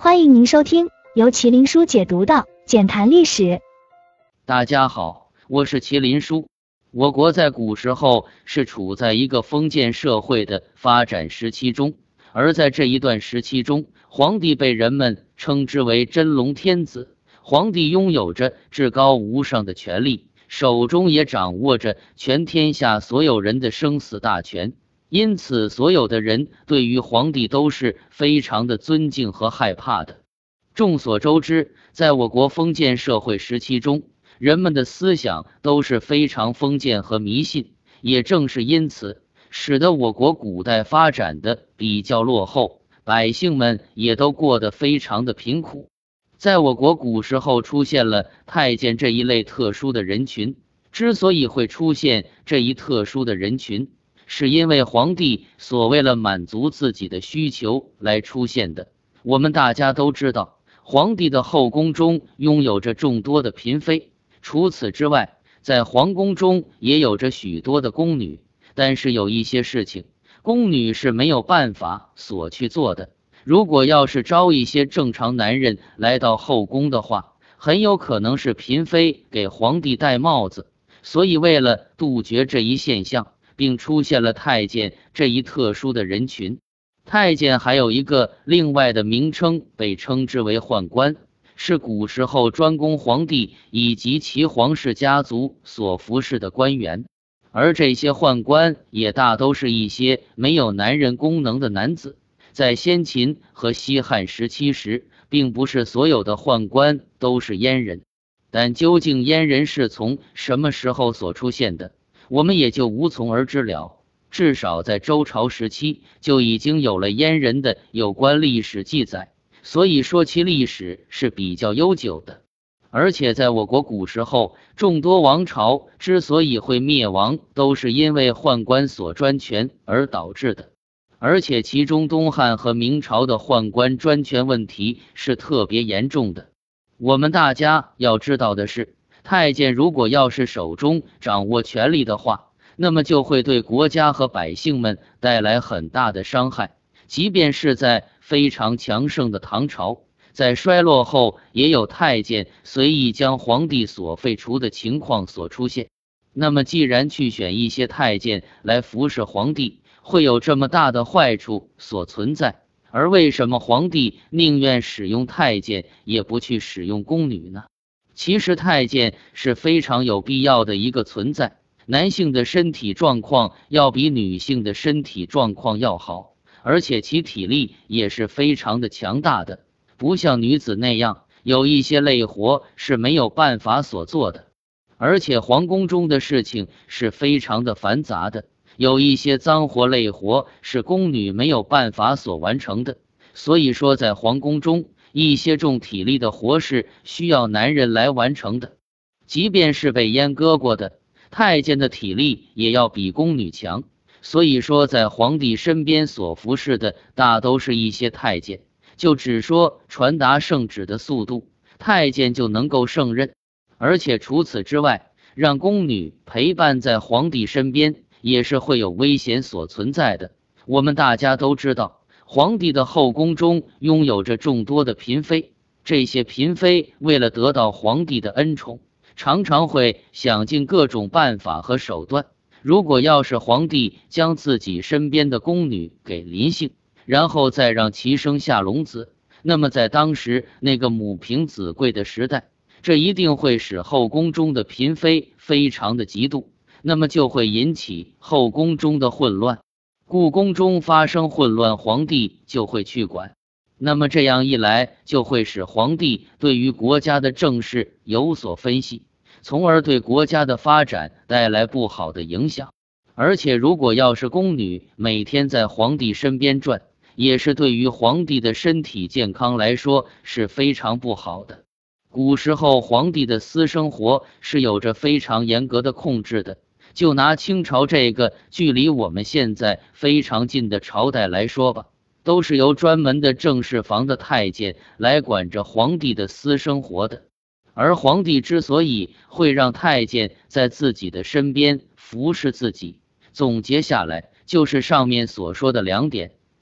欢迎您收听由麒麟书解读的《简谈历史》。 大家好，我是麒麟书。我国在古时候是处在一个封建社会的发展时期中，而在这一段时期中，皇帝被人们称之为真龙天子。皇帝拥有着至高无上的权力，手中也掌握着全天下所有人的生死大权，因此所有的人对于皇帝都是非常的尊敬和害怕的。众所周知，在我国封建社会时期中，人们的思想都是非常封建和迷信，也正是因此，使得我国古代发展的比较落后，百姓们也都过得非常的贫苦。在我国古时候出现了太监这一类特殊的人群，之所以会出现这一特殊的人群，是因为皇帝所为了满足自己的需求来出现的。我们大家都知道，皇帝的后宫中拥有着众多的嫔妃，除此之外，在皇宫中也有着许多的宫女，但是有一些事情，宫女是没有办法所去做的。如果要是招一些正常男人来到后宫的话，很有可能是嫔妃给皇帝戴帽子。所以为了杜绝这一现象，并出现了太监这一特殊的人群。太监还有一个另外的名称，被称之为宦官，是古时候专供皇帝以及其皇室家族所服侍的官员。而这些宦官也大都是一些没有男人功能的男子。在先秦和西汉时期时，并不是所有的宦官都是阉人，但究竟阉人是从什么时候所出现的，我们也就无从而知了。至少在周朝时期就已经有了阉人的有关历史记载，所以说其历史是比较悠久的。而且在我国古时候，众多王朝之所以会灭亡，都是因为宦官所专权而导致的。而且其中东汉和明朝的宦官专权问题是特别严重的。我们大家要知道的是，太监如果要是手中掌握权力的话，那么就会对国家和百姓们带来很大的伤害。即便是在非常强盛的唐朝，在衰落后也有太监随意将皇帝所废除的情况所出现。那么既然去选一些太监来服侍皇帝，会有这么大的坏处所存在，而为什么皇帝宁愿使用太监也不去使用宫女呢？其实太监是非常有必要的一个存在。男性的身体状况要比女性的身体状况要好，而且其体力也是非常的强大的，不像女子那样有一些累活是没有办法所做的。而且皇宫中的事情是非常的繁杂的，有一些脏活累活是宫女没有办法所完成的，所以说在皇宫中，一些重体力的活是需要男人来完成的。即便是被阉割过的太监的体力也要比宫女强，所以说在皇帝身边所服侍的大都是一些太监。就只说传达圣旨的速度，太监就能够胜任。而且除此之外，让宫女陪伴在皇帝身边也是会有危险所存在的。我们大家都知道，皇帝的后宫中拥有着众多的嫔妃，这些嫔妃为了得到皇帝的恩宠，常常会想尽各种办法和手段。如果要是皇帝将自己身边的宫女给临幸，然后再让其生下龙子，那么在当时那个母凭子贵的时代，这一定会使后宫中的嫔妃非常的嫉妒，那么就会引起后宫中的混乱。故宫中发生混乱，皇帝就会去管，那么这样一来就会使皇帝对于国家的政事有所分析，从而对国家的发展带来不好的影响。而且如果要是宫女每天在皇帝身边转，也是对于皇帝的身体健康来说是非常不好的。古时候皇帝的私生活是有着非常严格的控制的，就拿清朝这个距离我们现在非常近的朝代来说吧，都是由专门的正室房的太监来管着皇帝的私生活的。而皇帝之所以会让太监在自己的身边服侍自己，总结下来就是上面所说的两点。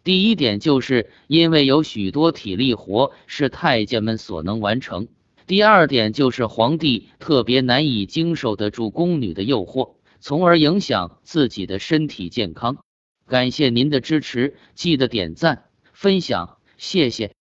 第一点就是因为有许多体力活是太监们所能完成。第二点就是皇帝特别难以经受得住宫女的诱惑，从而影响自己的身体健康。感谢您的支持，记得点赞、分享，谢谢。